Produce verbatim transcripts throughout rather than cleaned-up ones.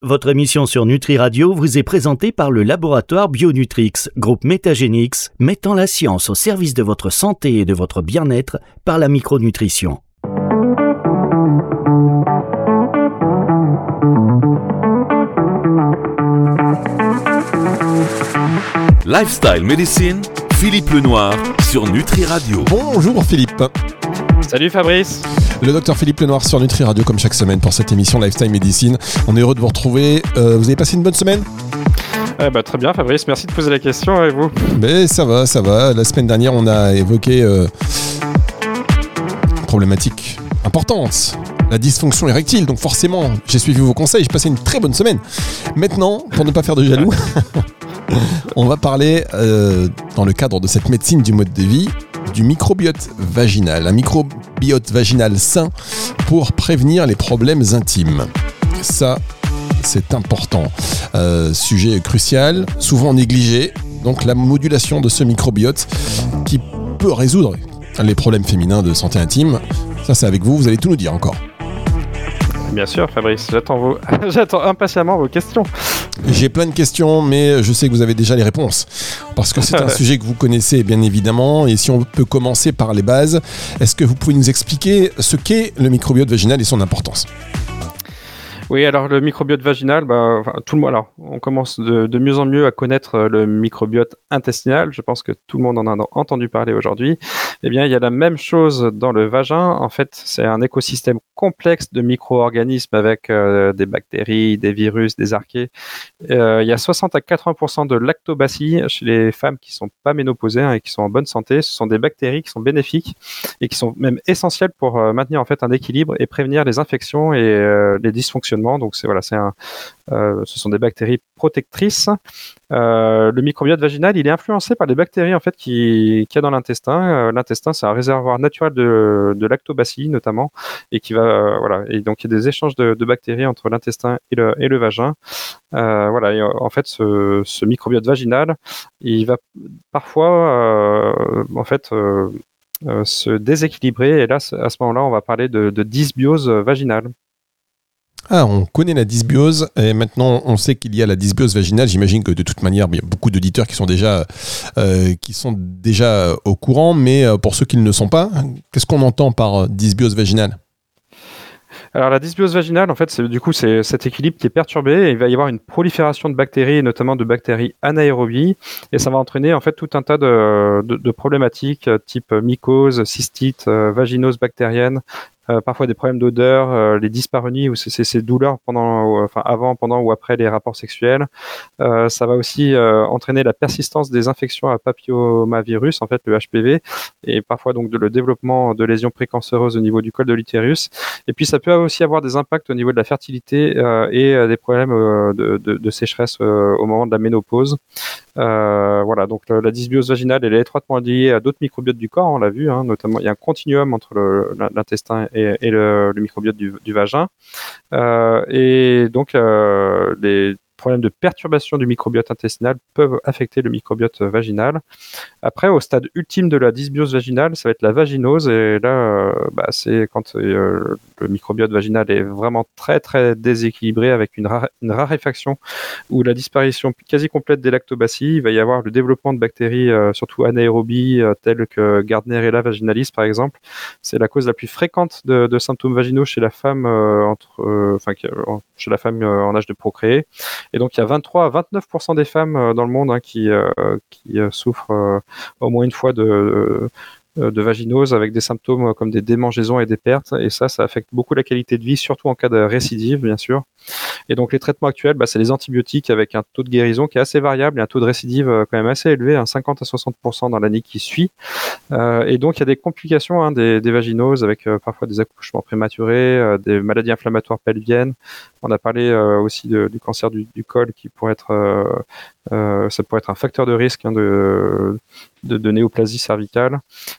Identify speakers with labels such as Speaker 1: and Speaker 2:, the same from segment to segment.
Speaker 1: Votre émission sur Nutri Radio vous est présentée par le laboratoire Bionutrix, groupe Métagénix, mettant la science au service de votre santé et de votre bien-être par la micronutrition.
Speaker 2: Lifestyle Medicine, Philippe Lenoir sur Nutri Radio.
Speaker 3: Bonjour Philippe.
Speaker 4: Salut Fabrice.
Speaker 3: Le docteur Philippe Lenoir sur Nutri Radio comme chaque semaine pour cette émission Lifestyle Medicine. On est heureux de vous retrouver. Euh, vous avez passé une bonne semaine ?
Speaker 4: Eh ben, très bien Fabrice, merci de poser la question avec vous.
Speaker 3: Mais ça va, ça va. La semaine dernière, on a évoqué euh, une problématique importante, la dysfonction érectile. Donc forcément, j'ai suivi vos conseils, j'ai passé une très bonne semaine. Maintenant, pour ne pas faire de jaloux, on va parler, euh, dans le cadre de cette médecine du mode de vie, du microbiote vaginal. Un microbiote vaginal sain pour prévenir les problèmes intimes. Ça, c'est important. Euh, sujet crucial, souvent négligé. Donc la modulation de ce microbiote qui peut résoudre les problèmes féminins de santé intime. Ça, c'est avec vous, vous allez tout nous dire encore.
Speaker 4: Bien sûr Fabrice, j'attends, vos... j'attends impatiemment vos questions.
Speaker 3: J'ai plein de questions, mais je sais que vous avez déjà les réponses. Parce que c'est un sujet que vous connaissez bien évidemment. Et si on peut commencer par les bases, est-ce que vous pouvez nous expliquer ce qu'est le microbiote vaginal et son importance ?
Speaker 4: Oui, alors le microbiote vaginal, bah, enfin, tout le monde, alors, on commence de, de mieux en mieux à connaître le microbiote intestinal. Je pense que tout le monde en a entendu parler aujourd'hui. Eh bien, il y a la même chose dans le vagin. En fait, c'est un écosystème complexe de micro-organismes avec euh, des bactéries, des virus, des archées. Euh, il y a soixante à quatre-vingts pour cent de lactobacilles chez les femmes qui sont pas ménopausées hein, et qui sont en bonne santé. Ce sont des bactéries qui sont bénéfiques et qui sont même essentielles pour euh, maintenir en fait un équilibre et prévenir les infections et euh, les dysfonctionnements. Donc c'est voilà, c'est un, euh, ce sont des bactéries protectrices. Euh, le microbiote vaginal, il est influencé par les bactéries en fait qui qu'il y a dans l'intestin. Euh, l'intestin, c'est un réservoir naturel de, de lactobacilles notamment, et qui va euh, voilà. Et donc il y a des échanges de, de bactéries entre l'intestin et le et le vagin. Euh, voilà. Et, en fait, ce, ce microbiote vaginal, il va parfois euh, en fait euh, euh, se déséquilibrer. Et là, à ce moment-là, on va parler de, de dysbiose vaginale.
Speaker 3: Ah, on connaît la dysbiose et maintenant on sait qu'il y a la dysbiose vaginale. J'imagine que de toute manière, il y a beaucoup d'auditeurs qui sont déjà, euh, qui sont déjà au courant, mais pour ceux qui ne le sont pas, qu'est-ce qu'on entend par dysbiose vaginale ?
Speaker 4: Alors la dysbiose vaginale, en fait, c'est, du coup, c'est cet équilibre qui est perturbé et il va y avoir une prolifération de bactéries, notamment de bactéries anaérobies, et ça va entraîner en fait tout un tas de, de, de problématiques type mycose, cystite, euh, vaginose bactérienne. Euh, parfois des problèmes d'odeur, euh, les dyspareunies ou ces, ces douleurs pendant, euh, enfin avant, pendant ou après les rapports sexuels. Euh, ça va aussi euh, entraîner la persistance des infections à papillomavirus, en fait le H P V, et parfois donc de, le développement de lésions précancéreuses au niveau du col de l'utérus. Et puis ça peut aussi avoir des impacts au niveau de la fertilité euh, et euh, des problèmes euh, de, de, de sécheresse euh, au moment de la ménopause. Euh, voilà, donc le, la dysbiose vaginale, elle est étroitement liée à d'autres microbiotes du corps, on l'a vu, hein, notamment il y a un continuum entre le, l'intestin et, et le, le microbiote du, du vagin. Euh, et donc euh, les problèmes de perturbation du microbiote intestinal peuvent affecter le microbiote vaginal. Après, au stade ultime de la dysbiose vaginale, ça va être la vaginose. Et là, euh, bah, c'est quand euh, le microbiote vaginal est vraiment très, très déséquilibré avec une, rare, une raréfaction ou la disparition quasi complète des lactobacilles. Il va y avoir le développement de bactéries, euh, surtout anaérobies, euh, telles que Gardnerella vaginalis, par exemple. C'est la cause la plus fréquente de, de symptômes vaginaux chez la femme, euh, entre, euh, enfin, chez la femme euh, en âge de procréer. Et donc, il y a vingt-trois à vingt-neuf pour cent des femmes euh, dans le monde hein, qui, euh, qui euh, souffrent euh, au moins une fois de, de, de vaginose avec des symptômes comme des démangeaisons et des pertes. Et ça, ça affecte beaucoup la qualité de vie, surtout en cas de récidive, bien sûr. Et donc, les traitements actuels, bah, c'est les antibiotiques avec un taux de guérison qui est assez variable et un taux de récidive euh, quand même assez élevé, hein, cinquante à soixante pour cent dans l'année qui suit. Euh, et donc, il y a des complications hein, des, des vaginoses avec euh, parfois des accouchements prématurés, euh, des maladies inflammatoires pelviennes. On a parlé euh, aussi de, du cancer du, du col qui pourrait être, euh, euh, ça pourrait être un facteur de risque hein, de, de, de néoplasie cervicale,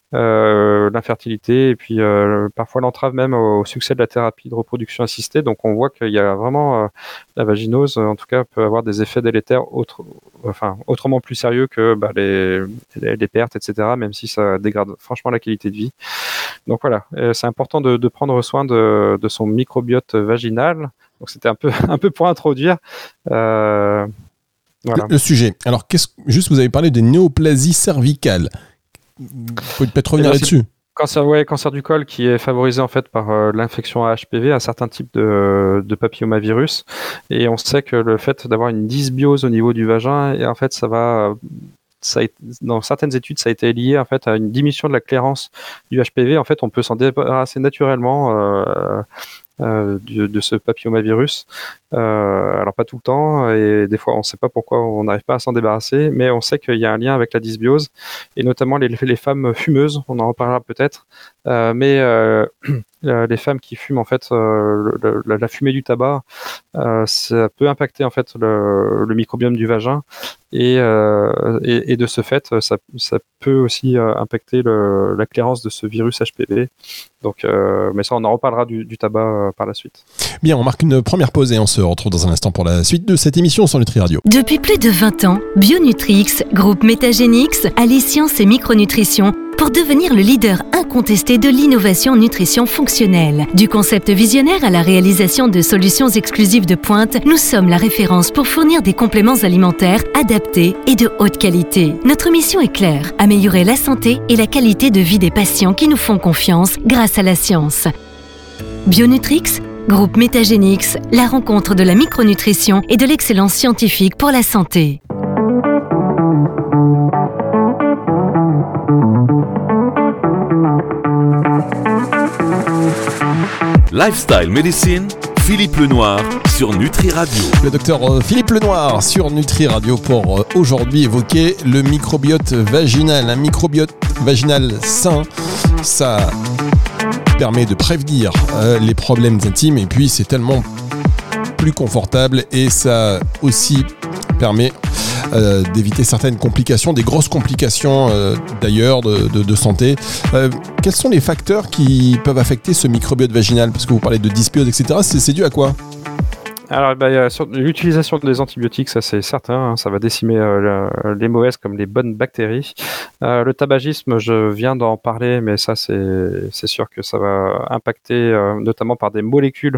Speaker 4: euh, l'infertilité et puis euh, parfois l'entrave même au, au succès de la thérapie de reproduction assistée. Donc on voit qu'il y a vraiment euh, la vaginose, en tout cas, peut avoir des effets délétères autre, enfin autrement plus sérieux que bah, les, les, les pertes, et cetera. Même si ça dégrade franchement la qualité de vie. donc voilà, euh, c'est important de, de prendre soin de, de son microbiote vaginal. Donc c'était un peu, un peu pour introduire. Euh, voilà.
Speaker 3: le, le sujet. Alors, qu'est-ce, juste, vous avez parlé des néoplasies cervicales. Vous pouvez peut-être revenir
Speaker 4: bien,
Speaker 3: là-dessus.
Speaker 4: Cancer, ouais, cancer du col qui est favorisé en fait par euh, l'infection à H P V, un certain type de, de papillomavirus, et on sait que le fait d'avoir une dysbiose au niveau du vagin, et en fait ça va, ça a, dans certaines études ça a été lié en fait à une diminution de la clairance du H P V. En fait, on peut s'en débarrasser naturellement. Euh, Euh, de, de ce papillomavirus. Euh, alors pas tout le temps, et des fois on ne sait pas pourquoi on n'arrive pas à s'en débarrasser, mais on sait qu'il y a un lien avec la dysbiose, et notamment les, les femmes fumeuses, on en reparlera peut-être, euh, mais euh, les femmes qui fument en fait euh, le, la, la fumée du tabac, euh, ça peut impacter en fait le, le microbiome du vagin, et, euh, et, et de ce fait ça, ça peut aussi euh, impacter le, la clairance de ce virus H P V. Donc, euh, mais ça on en reparlera du, du tabac euh, par la suite.
Speaker 3: Bien, on marque une première pause et on se retrouve dans un instant pour la suite de cette émission sur Nutri Radio.
Speaker 5: Depuis plus de vingt ans, Bionutrix, groupe Métagénix, allie science et micronutrition pour devenir le leader incontesté de l'innovation en nutrition fonctionnelle. Du concept visionnaire à la réalisation de solutions exclusives de pointe, nous sommes la référence pour fournir des compléments alimentaires adaptés et de haute qualité. Notre mission est claire, améliorer la santé et la qualité de vie des patients qui nous font confiance grâce à la science. Bionutrix, groupe Métagénix, la rencontre de la micronutrition et de l'excellence scientifique pour la santé.
Speaker 2: Lifestyle Medicine, Philippe Lenoir sur Nutri Radio.
Speaker 3: Le docteur Philippe Lenoir sur Nutri Radio pour aujourd'hui évoquer le microbiote vaginal. Un microbiote vaginal sain, ça permet de prévenir euh, les problèmes intimes, et puis c'est tellement plus confortable, et ça aussi permet euh, d'éviter certaines complications, des grosses complications euh, d'ailleurs de, de, de santé. Euh, quels sont les facteurs qui peuvent affecter ce microbiote vaginal? Parce que vous parlez de dysbiose, et cetera. C'est, c'est dû à quoi?
Speaker 4: Alors, bah, euh, sur l'utilisation des antibiotiques, ça c'est certain, hein, ça va décimer euh, le, les mauvaises comme les bonnes bactéries. Euh, le tabagisme, je viens d'en parler, mais ça c'est, c'est sûr que ça va impacter euh, notamment par des molécules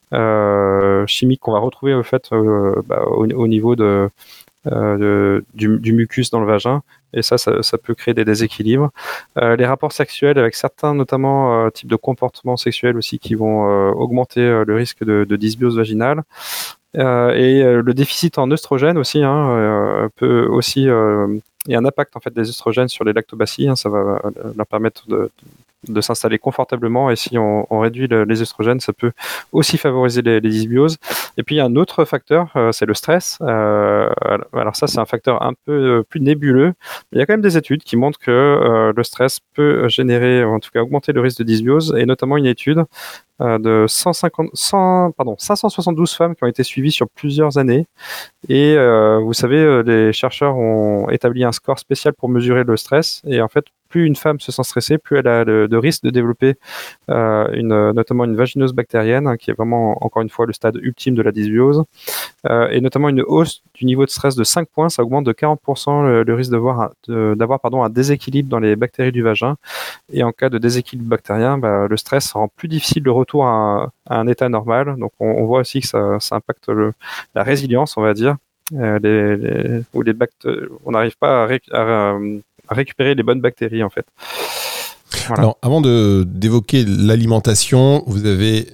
Speaker 4: euh, chimiques qu'on va retrouver au fait euh, bah, au, au niveau de, euh, de, du, du mucus dans le vagin. Et ça, ça, ça peut créer des déséquilibres. Euh, les rapports sexuels avec certains, notamment, euh, types de comportements sexuels aussi qui vont euh, augmenter euh, le risque de, de dysbiose vaginale. Euh, et euh, le déficit en œstrogènes aussi hein, euh, peut aussi... Euh, il y a un impact en fait des œstrogènes sur les lactobacilles. Hein, ça va leur permettre de, de, de s'installer confortablement. Et si on, on réduit le, les œstrogènes, ça peut aussi favoriser les, les dysbioses. Et puis il y a un autre facteur, euh, c'est le stress. Euh, alors ça, c'est un facteur un peu plus nébuleux. Il y a quand même des études qui montrent que euh, le stress peut générer, en tout cas augmenter le risque de dysbiose, et notamment une étude euh, de cent cinquante, cent, pardon, cinq cent soixante-douze femmes qui ont été suivies sur plusieurs années. Et euh, vous savez, les chercheurs ont établi un score spécial pour mesurer le stress. Et en fait, plus une femme se sent stressée, plus elle a de, de risque de développer euh, une, notamment une vaginose bactérienne, hein, qui est vraiment, encore une fois, le stade ultime de la dysbiose. Euh, et notamment une hausse du niveau de stress de cinq points, ça augmente de quarante pour cent le, le risque d'avoir, un, de, d'avoir pardon, un déséquilibre dans les bactéries du vagin. Et en cas de déséquilibre bactérien, bah, le stress rend plus difficile le retour à un, à un état normal. Donc on, on voit aussi que ça, ça impacte le, la résilience, on va dire, euh, les, les, où les bactéries, on n'arrive pas à, ré, à, à récupérer les bonnes bactéries en fait. Voilà.
Speaker 3: Alors, avant de, d'évoquer l'alimentation, vous avez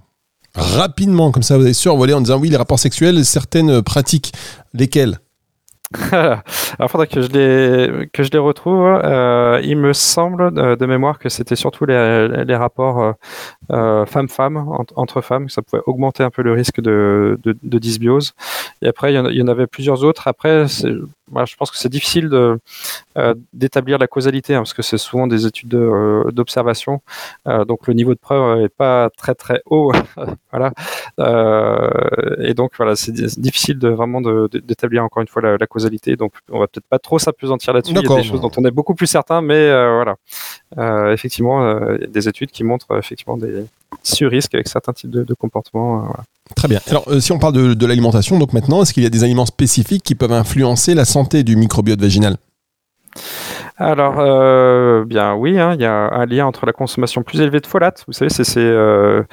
Speaker 3: rapidement, comme ça, vous avez survolé en disant oui, les rapports sexuels, certaines pratiques, lesquelles?
Speaker 4: Alors, il faudrait que je les, que je les retrouve. Euh, il me semble de, de mémoire que c'était surtout les, les rapports euh, femmes-femmes, en, entre femmes, que ça pouvait augmenter un peu le risque de, de, de dysbiose. Et après, il y, en, il y en avait plusieurs autres. Après, c'est, moi, je pense que c'est difficile de, euh, d'établir la causalité, hein, parce que c'est souvent des études de, euh, d'observation. Euh, donc, le niveau de preuve n'est pas très très haut. Voilà. Euh, et donc, voilà, c'est, c'est difficile de vraiment de, de, d'établir encore une fois la, la causalité. Donc, on va peut-être pas trop s'apesantir là-dessus.
Speaker 3: D'accord.
Speaker 4: Il y a des choses dont on est beaucoup plus certain, mais euh, voilà. Euh, effectivement, euh, il y a des études qui montrent euh, effectivement des sur-risques avec certains types de, de comportements. Euh, voilà.
Speaker 3: Très bien. Alors, euh, si on parle de, de l'alimentation, donc maintenant, est-ce qu'il y a des aliments spécifiques qui peuvent influencer la santé du microbiote vaginal ?
Speaker 4: Alors, euh, bien oui, hein, il y a un lien entre la consommation plus élevée de folate, vous savez, c'est ces euh,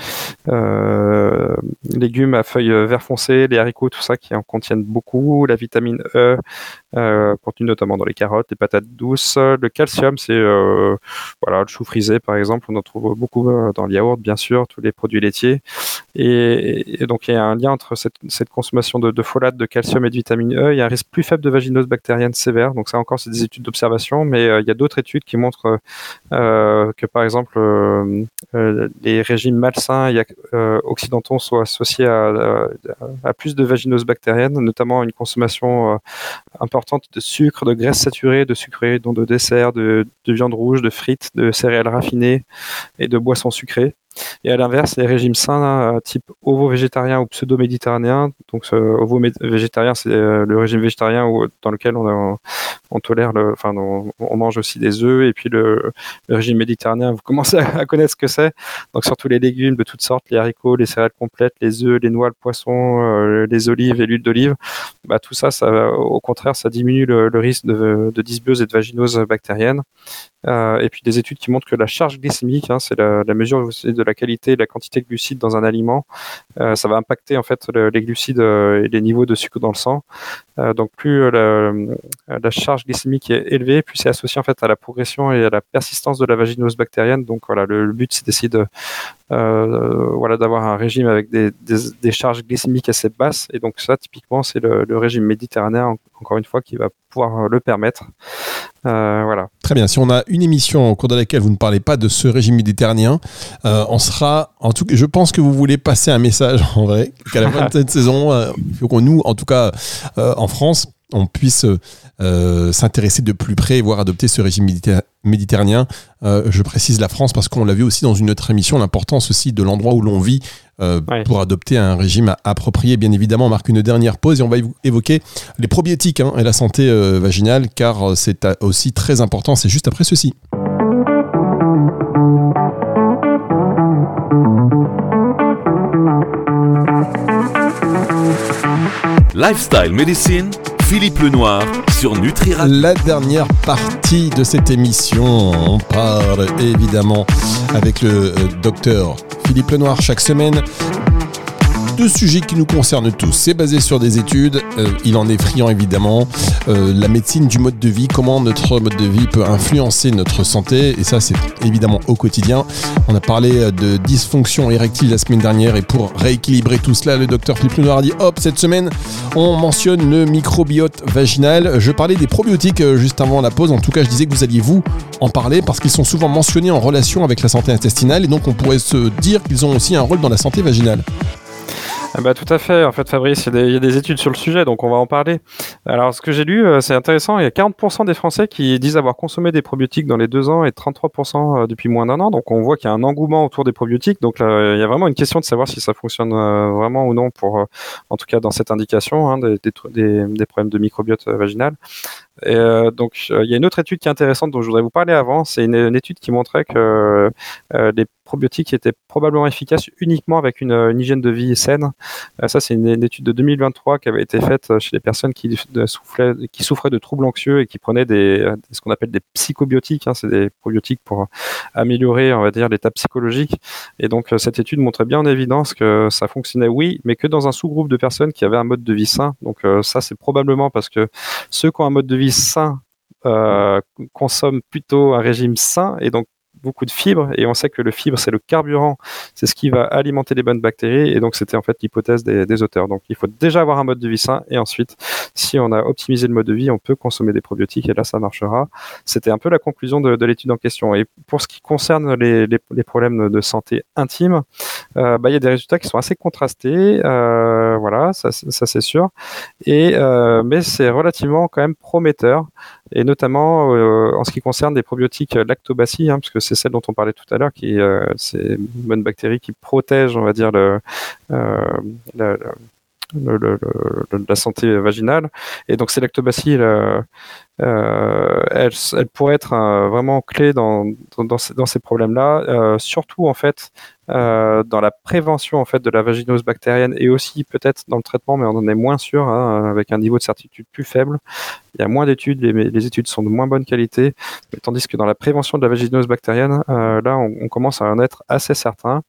Speaker 4: euh, légumes à feuilles vert foncé, les haricots, tout ça qui en contiennent beaucoup, la vitamine E, euh, contenue notamment dans les carottes, les patates douces, le calcium, c'est euh, voilà, le chou frisé par exemple, on en trouve beaucoup dans le yaourt, bien sûr, tous les produits laitiers, et, et donc il y a un lien entre cette, cette consommation de, de folate, de calcium et de vitamine E, il y a un risque plus faible de vaginose bactérienne sévère, donc ça encore c'est des études d'observation, mais euh, il y a d'autres études qui montrent euh, que par exemple euh, euh, les régimes malsains et euh, occidentaux sont associés à, à, à plus de vaginose bactérienne, notamment une consommation euh, importante de sucre, de graisses saturées, de sucreries, dont de desserts, de, de viande rouge, de frites, de céréales raffinées et de boissons sucrées. Et à l'inverse, les régimes sains euh, type ovo-végétarien ou pseudo-méditerranéen, donc euh, ovo-végétarien, c'est euh, le régime végétarien où, dans lequel on, a, on tolère, le, enfin, on, on mange aussi des œufs, et puis le, le régime méditerranéen, vous commencez à, à connaître ce que c'est, donc surtout les légumes de toutes sortes, les haricots, les céréales complètes, les œufs, les noix, le poisson, euh, les olives et l'huile d'olive, bah, tout ça, ça, au contraire, ça diminue le, le risque de, de dysbiose et de vaginose bactérienne. Euh, et puis des études qui montrent que la charge glycémique, hein, c'est la, la mesure de la qualité et de la quantité de glucides dans un aliment, euh, ça va impacter en fait le, les glucides euh, et les niveaux de sucre dans le sang. Euh, donc plus euh, la, la charge glycémique est élevée, plus c'est associé en fait à la progression et à la persistance de la vaginose bactérienne. Donc voilà, le, le but c'est d'essayer de euh, voilà, d'avoir un régime avec des, des, des charges glycémiques assez basses. Et donc ça, typiquement, c'est le, le régime méditerranéen, encore une fois, qui va pouvoir le permettre. Euh, voilà.
Speaker 3: Très bien. Si on a une émission au cours de laquelle vous ne parlez pas de ce régime méditerranéen, euh, on sera, en tout cas, je pense que vous voulez passer un message en vrai, qu'à la fin de cette saison, euh, il faut qu'on nous, en tout cas euh, en France, on puisse euh, s'intéresser de plus près et voir adopter ce régime méditer- méditerranéen. Euh, je précise la France parce qu'on l'a vu aussi dans une autre émission, l'importance aussi de l'endroit où l'on vit euh, ouais. pour adopter un régime approprié. Bien évidemment, on marque une dernière pause et on va évoquer les probiotiques hein, et la santé euh, vaginale, car c'est aussi très important. C'est juste après ceci.
Speaker 2: Lifestyle Medicine, Philippe Lenoir sur Nutri Radio.
Speaker 3: La dernière partie de cette émission, on parle évidemment avec le euh, docteur Philippe Lenoir chaque semaine de sujets qui nous concernent tous. C'est basé sur des études, euh, il en est friand évidemment. Euh, la médecine du mode de vie, comment notre mode de vie peut influencer notre santé, et ça c'est évidemment au quotidien. On a parlé de dysfonction érectile la semaine dernière, et pour rééquilibrer tout cela, le docteur Philippe Lenoir a dit hop, cette semaine on mentionne le microbiote vaginal. Je parlais des probiotiques juste avant la pause, en tout cas je disais que vous alliez vous en parler parce qu'ils sont souvent mentionnés en relation avec la santé intestinale, et donc on pourrait se dire qu'ils ont aussi un rôle dans la santé vaginale.
Speaker 4: Ah bah, tout à fait, en fait Fabrice, il y, a des, il y a des études sur le sujet, donc on va en parler. Alors ce que j'ai lu, c'est intéressant, il y a quarante pour cent des Français qui disent avoir consommé des probiotiques dans les deux ans et trente-trois pour cent depuis moins d'un an, donc on voit qu'il y a un engouement autour des probiotiques, donc là, il y a vraiment une question de savoir si ça fonctionne vraiment ou non, pour, en tout cas dans cette indication, hein, des, des, des problèmes de microbiote vaginal. Et euh, donc il euh, y a une autre étude qui est intéressante dont je voudrais vous parler avant, c'est une, une étude qui montrait que euh, les probiotiques étaient probablement efficaces uniquement avec une, une hygiène de vie saine. Euh, ça c'est une, une étude de deux mille vingt-trois qui avait été faite chez les personnes qui, de, soufflaient, qui souffraient de troubles anxieux et qui prenaient des, ce qu'on appelle des psychobiotiques, hein, c'est des probiotiques pour améliorer, on va dire, l'état psychologique. Et donc cette étude montrait bien en évidence que ça fonctionnait, oui, mais que dans un sous-groupe de personnes qui avaient un mode de vie sain. Donc euh, ça c'est probablement parce que ceux qui ont un mode de vie sain euh, consomment plutôt un régime sain et donc beaucoup de fibres, et on sait que le fibre c'est le carburant, c'est ce qui va alimenter les bonnes bactéries, et donc c'était en fait l'hypothèse des, des auteurs. Donc il faut déjà avoir un mode de vie sain, et ensuite si on a optimisé le mode de vie, on peut consommer des probiotiques, et là ça marchera. C'était un peu la conclusion de, de l'étude en question. Et pour ce qui concerne les, les, les problèmes de santé intime, euh, bah, y a des résultats qui sont assez contrastés, euh, voilà, ça, ça c'est sûr, et, euh, mais c'est relativement quand même prometteur, et notamment euh, en ce qui concerne des probiotiques lactobacilles, hein, parce que c'est celle dont on parlait tout à l'heure, qui euh, c'est une bonne bactérie qui protège, on va dire, le, euh, la, le, le, le, la santé vaginale. Et donc ces lactobacilles, euh, euh, elle, elle pourrait être euh, vraiment clé dans, dans, dans ces, dans ces problèmes-là, euh, surtout en fait euh, dans la prévention en fait de la vaginose bactérienne et aussi peut-être dans le traitement, mais on en est moins sûr, hein, avec un niveau de certitude plus faible. Il y a moins d'études, les, les études sont de moins bonne qualité, mais tandis que dans la prévention de la vaginose bactérienne, euh, là, on, on commence à en être assez certain.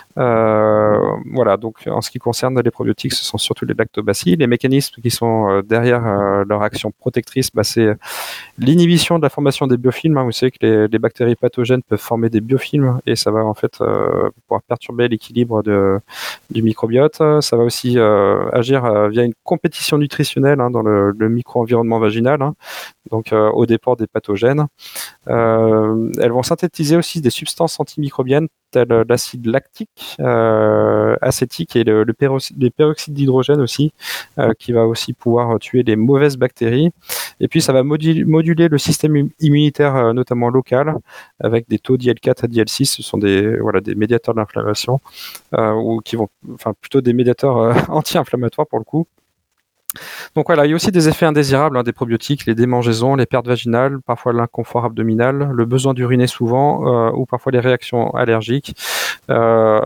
Speaker 4: Euh, voilà, donc en ce qui concerne les probiotiques, ce sont surtout les lactobacilles. Les mécanismes qui sont euh, derrière euh, leur action protectrice, bah, c'est l'inhibition de la formation des biofilms. Hein. Vous savez que les, les bactéries pathogènes peuvent former des biofilms et ça va en fait euh, pouvoir perturber l'équilibre de, du microbiote. Ça va aussi euh, agir euh, via une compétition nutritionnelle hein, dans le, le micro-environnement vaginal, hein, donc euh, au départ des pathogènes. Euh, elles vont synthétiser aussi des substances antimicrobiennes telles l'acide lactique, euh, acétique et le, le, péroxyde, le peroxyde d'hydrogène aussi, euh, qui va aussi pouvoir tuer les mauvaises bactéries. Et puis ça va moduler, moduler le système immunitaire, euh, notamment local, avec des taux d'I L quatre à d'I L six. Ce sont des, voilà, des médiateurs d'inflammation, euh, ou qui vont, enfin plutôt des médiateurs euh, anti-inflammatoires pour le coup. Donc voilà, il y a aussi des effets indésirables hein, des probiotiques, les démangeaisons, les pertes vaginales, parfois l'inconfort abdominal, le besoin d'uriner souvent, euh, ou parfois les réactions allergiques. Euh,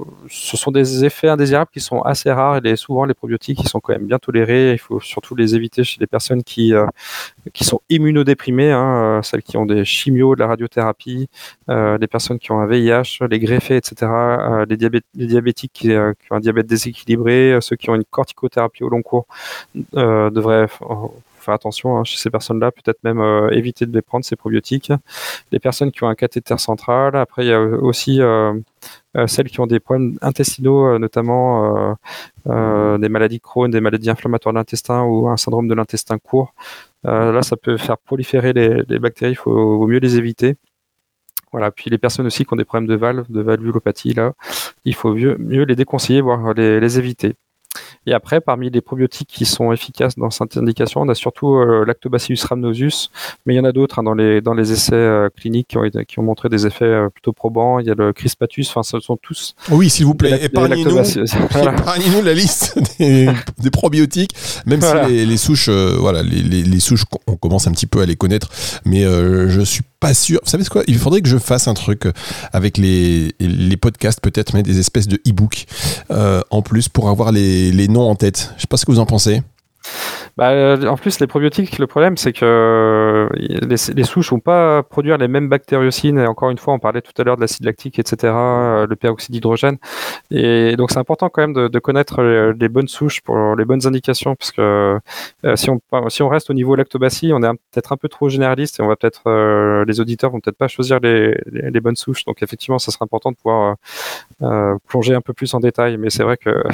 Speaker 4: ce sont des effets indésirables qui sont assez rares et les, souvent les probiotiques ils sont quand même bien tolérés. Il faut surtout les éviter chez les personnes qui, euh, qui sont immunodéprimées, hein, euh, celles qui ont des chimios, de la radiothérapie, euh, les personnes qui ont un V I H, les greffés, et cetera, euh, les, diabét- les diabétiques qui, euh, qui ont un diabète déséquilibré, euh, ceux qui ont une corticothérapie au long cours. Euh, devrait f- faire attention hein, chez ces personnes-là, peut-être même euh, éviter de les prendre, ces probiotiques. Les personnes qui ont un cathéter central, après il y a aussi euh, euh, celles qui ont des problèmes intestinaux, euh, notamment euh, euh, des maladies Crohn, des maladies inflammatoires de l'intestin ou un syndrome de l'intestin court. Euh, là, ça peut faire proliférer les, les bactéries, il faut, vaut mieux les éviter. Voilà, puis les personnes aussi qui ont des problèmes de valve, de valvulopathie, là, il faut mieux, mieux les déconseiller, voire les, les éviter. Et après, parmi les probiotiques qui sont efficaces dans cette indication, on a surtout euh, Lactobacillus rhamnosus, mais il y en a d'autres hein, dans, les, dans les essais euh, cliniques qui ont, qui ont montré des effets euh, plutôt probants. Il y a le Crispatus, enfin, ce sont tous.
Speaker 3: Oui, s'il vous plaît,
Speaker 4: lac-
Speaker 3: épargnez-nous,
Speaker 4: voilà.
Speaker 3: épargnez-nous la liste des, des probiotiques, même
Speaker 4: Voilà.
Speaker 3: si les, les souches, euh, voilà, les, les, les souches, on commence un petit peu à les connaître, mais euh, je suis pas sûr. Vous savez quoi? Il faudrait que je fasse un truc avec les, les podcasts, peut-être, mais des espèces de e-books euh, en plus pour avoir les, les noms en tête. Je sais pas ce que vous en pensez.
Speaker 4: Bah, euh, en plus, les probiotiques, le problème, c'est que euh, les, les souches vont pas produire les mêmes bactériocines. Et encore une fois, on parlait tout à l'heure de l'acide lactique, et cetera, euh, le peroxyde d'hydrogène. Et donc, c'est important quand même de, de connaître les, les bonnes souches pour les bonnes indications, parce que euh, si on si on reste au niveau lactobacille, on est un, peut-être un peu trop généraliste et on va peut-être euh, les auditeurs vont peut-être pas choisir les, les, les bonnes souches. Donc, effectivement, ça sera important de pouvoir euh, euh, plonger un peu plus en détail. Mais c'est vrai que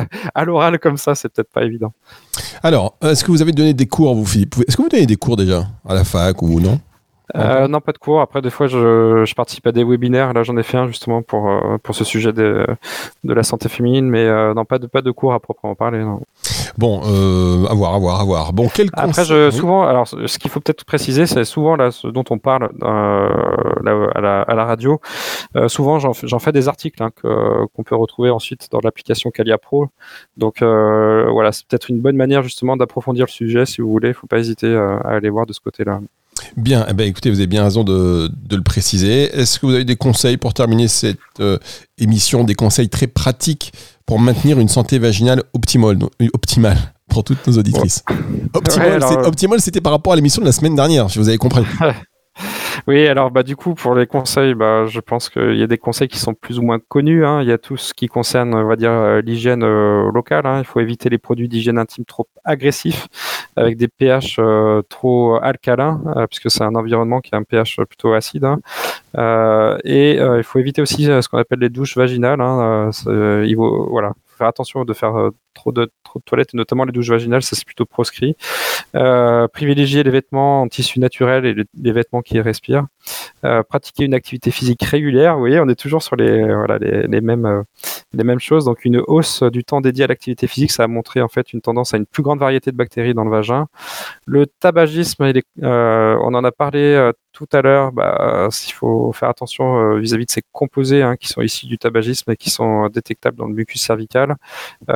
Speaker 4: à l'oral comme ça, c'est peut-être pas évident.
Speaker 3: Alors, est-ce que vous avez donné des cours, vous, Philippe? Est-ce que vous donnez des cours déjà à la fac ou non?
Speaker 4: Euh, non, pas de cours. Après, des fois, je, je participe à des webinaires. Là, j'en ai fait un justement pour euh, pour ce sujet de de la santé féminine, mais euh, non, pas de pas de cours à proprement parler. Non.
Speaker 3: Bon, euh, à voir, à voir, à voir. Bon, quel
Speaker 4: Après,
Speaker 3: conseil-
Speaker 4: je,
Speaker 3: oui.
Speaker 4: souvent, alors, ce qu'il faut peut-être préciser, c'est souvent là, ce dont on parle euh, là, à, la, à la radio. Euh, souvent, j'en, fais- j'en fais des articles hein, que, qu'on peut retrouver ensuite dans l'application Calia Pro. Donc euh, voilà, c'est peut-être une bonne manière justement d'approfondir le sujet. Si vous voulez, il ne faut pas hésiter euh, à aller voir de ce côté-là.
Speaker 3: Bien, eh ben, écoutez, vous avez bien raison de, de le préciser. Est-ce que vous avez des conseils pour terminer cette euh, émission, des conseils très pratiques pour maintenir une santé vaginale optimale, optimale pour toutes nos auditrices? Optimale,
Speaker 4: Ouais, alors,
Speaker 3: c'est-
Speaker 4: euh,
Speaker 3: optimale, c'était par rapport à l'émission de la semaine dernière, si vous avez compris.
Speaker 4: Oui, alors bah du coup pour les conseils, bah je pense qu'il y a des conseils qui sont plus ou moins connus. Hein. Il y a tout ce qui concerne, on va dire, euh, l'hygiène euh, locale. Hein. Il faut éviter les produits d'hygiène intime trop agressifs, avec des pH euh, trop alcalins, euh, puisque c'est un environnement qui a un pH plutôt acide. Hein. Euh, et euh, il faut éviter aussi euh, ce qu'on appelle les douches vaginales. Hein. Euh, c'est- il faut, voilà, faut faire attention de faire euh, trop de trop de toilettes, et notamment les douches vaginales, ça c'est plutôt proscrit. Euh, privilégier les vêtements en tissu naturel et les, les vêtements qui respirent. Euh, pratiquer une activité physique régulière. Vous voyez, on est toujours sur les, voilà, les, les, mêmes, euh, les mêmes choses. Donc, une hausse du temps dédié à l'activité physique, ça a montré en fait une tendance à une plus grande variété de bactéries dans le vagin. Le tabagisme, il est, euh, on en a parlé euh, tout à l'heure. Bah, il faut faire attention euh, vis-à-vis de ces composés hein, qui sont issus du tabagisme et qui sont détectables dans le mucus cervical. Euh, bon,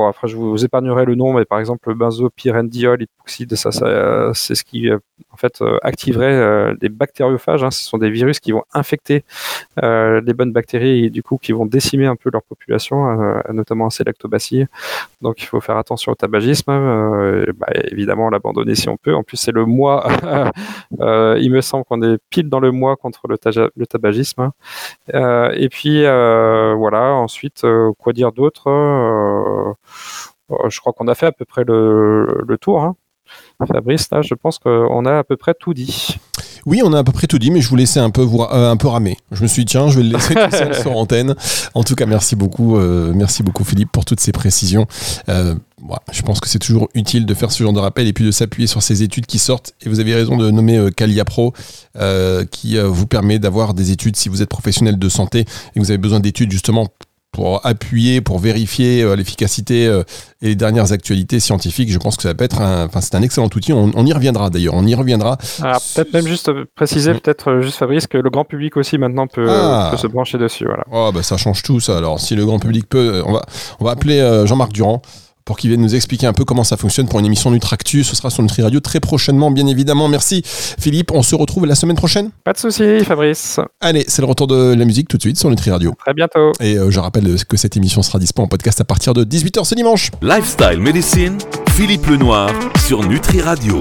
Speaker 4: bon, après, je vous épargnerai le nom, mais par exemple, le benzopyrandiol hypoxide, ça, ça, c'est ce qui, en fait, activerait euh, les bactériophages. Hein. Ce sont des virus qui vont infecter euh, les bonnes bactéries et du coup, qui vont décimer un peu leur population, euh, notamment ces lactobacilles. Donc, il faut faire attention au tabagisme. Euh, et, bah, évidemment, l'abandonner si on peut. En plus, c'est le mois. euh, il me semble qu'on est pile dans le mois contre le, taja- le tabagisme. Euh, et puis, euh, voilà. Ensuite, euh, quoi dire d'autre euh, Je crois qu'on a fait à peu près le, le tour. Hein. Fabrice, là, je pense qu'on a à peu près tout dit.
Speaker 3: Oui, on a à peu près tout dit, mais je vous laissais un peu, vous, euh, un peu ramer. Je me suis dit, tiens, je vais le laisser tout seul sur antenne. En tout cas, merci beaucoup, euh, merci beaucoup Philippe pour toutes ces précisions. Euh, voilà, je pense que c'est toujours utile de faire ce genre de rappel et puis de s'appuyer sur ces études qui sortent. Et vous avez raison de nommer euh, CaliaPro, euh, qui euh, vous permet d'avoir des études si vous êtes professionnel de santé et que vous avez besoin d'études justement pour appuyer, pour vérifier euh, l'efficacité euh, et les dernières actualités scientifiques. Je pense que ça peut être un, enfin, c'est un excellent outil. On, on y reviendra d'ailleurs. On y reviendra.
Speaker 4: Alors, peut-être même juste préciser, mmh. peut-être juste Fabrice, que le grand public aussi maintenant peut, ah. peut se brancher dessus. Voilà.
Speaker 3: Oh, bah, ça change tout ça. Alors, si le grand public peut, on va, on va appeler euh, Jean-Marc Durand pour qu'il vienne nous expliquer un peu comment ça fonctionne pour une émission Nutractu. Ce sera sur Nutri Radio très prochainement, bien évidemment. Merci Philippe, on se retrouve la semaine prochaine.
Speaker 4: Pas de souci Fabrice.
Speaker 3: Allez, c'est le retour de la musique tout de suite sur Nutri Radio.
Speaker 4: Très bientôt.
Speaker 3: Et euh, je rappelle que cette émission sera disponible en podcast à partir de dix-huit heures ce dimanche.
Speaker 2: Lifestyle Medicine, Philippe Lenoir sur Nutri Radio.